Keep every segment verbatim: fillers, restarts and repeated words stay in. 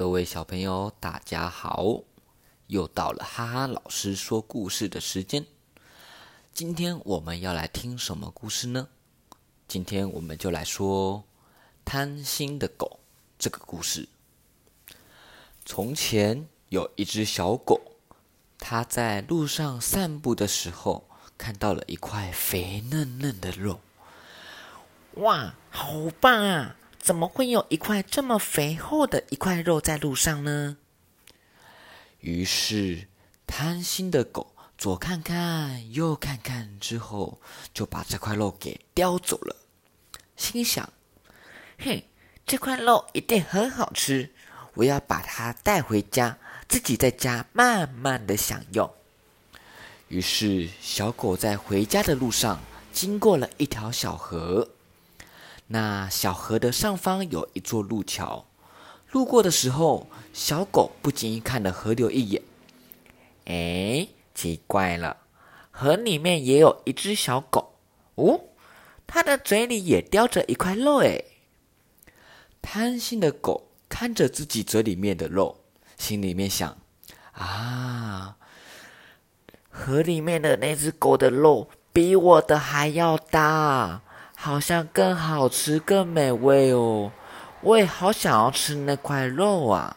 各位小朋友，大家好！又到了哈哈老师说故事的时间。今天我们要来听什么故事呢？今天我们就来说贪心的狗这个故事。从前有一只小狗，它在路上散步的时候，看到了一块肥嫩嫩的肉。 哇，好棒啊！怎么会有一块这么肥厚的一块肉在路上呢？ 于是贪心的狗左看看右看看之后，就把这块肉给叼走了，心想： 嘿，这块肉一定很好吃，我要把它带回家，自己在家慢慢的享用。 于是小狗在回家的路上经过了一条小河，那小河的上方有一座路桥，路过的时候，小狗不经意看了河流一眼。 哎，奇怪了，河里面也有一只小狗哦，它的嘴里也叼着一块肉哎。 贪心的狗看着自己嘴里面的肉，心里面想：啊， 河里面的那只狗的肉比我的还要大，好像更好吃更美味哦，我也好想要吃那块肉啊。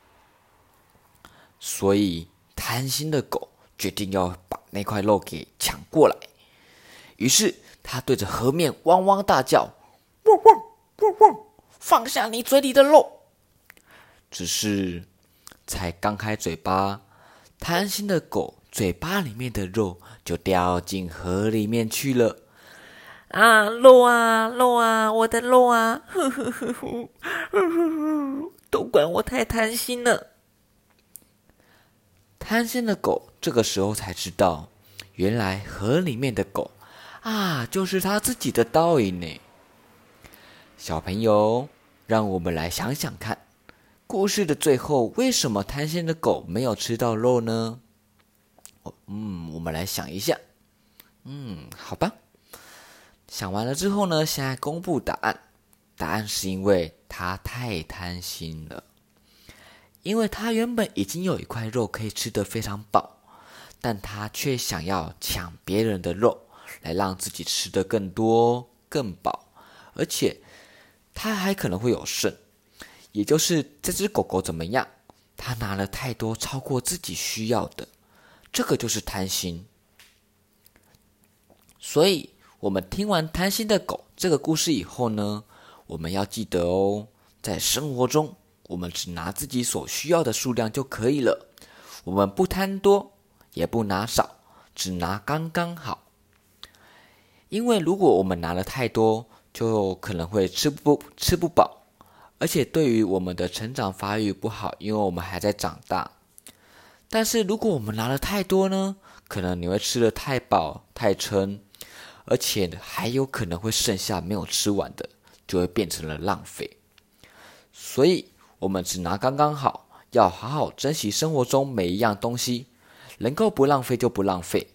所以贪心的狗决定要把那块肉给抢过来。于是它对着河面汪汪大叫： 汪汪汪汪，放下你嘴里的肉！ 只是才刚开嘴巴，贪心的狗嘴巴里面的肉就掉进河里面去了。 啊，肉啊肉啊，我的肉啊！呵呵呵呵呵呵，都怪我太贪心了。 贪心的狗这个时候才知道，原来河里面的狗啊，就是它自己的倒影呢。小朋友，让我们来想想看，故事的最后，为什么贪心的狗没有吃到肉呢？嗯，我们来想一下。嗯，好吧。想完了之后呢，现在公布答案。答案是因为它太贪心了。因为他原本已经有一块肉可以吃得非常饱，但他却想要抢别人的肉，来让自己吃得更多、更饱，而且他还可能会有剩。也就是这只狗狗怎么样？它拿了太多超过自己需要的，这个就是贪心。所以，我们听完贪心的狗这个故事以后呢，我们要记得哦，在生活中，我们只拿自己所需要的数量就可以了，我们不贪多，也不拿少，只拿刚刚好。因为如果我们拿了太多，就可能会吃不吃不饱，而且对于我们的成长发育不好，因为我们还在长大。但是如果我们拿了太多呢，可能你会吃得太饱太撑，而且还有可能会剩下没有吃完的，就会变成了浪费。所以我们只拿刚刚好，要好好珍惜生活中每一样东西，能够不浪费就不浪费。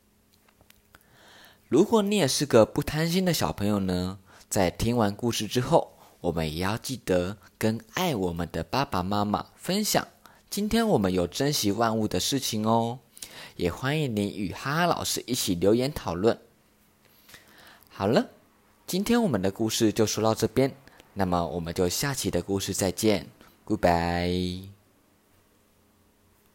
如果你也是个不贪心的小朋友呢，在听完故事之后，我们也要记得跟爱我们的爸爸妈妈分享，今天我们有珍惜万物的事情哦。也欢迎你与哈哈老师一起留言讨论。好了，今天我们的故事就说到这边。那么我们就下期的故事再见 ，Goodbye。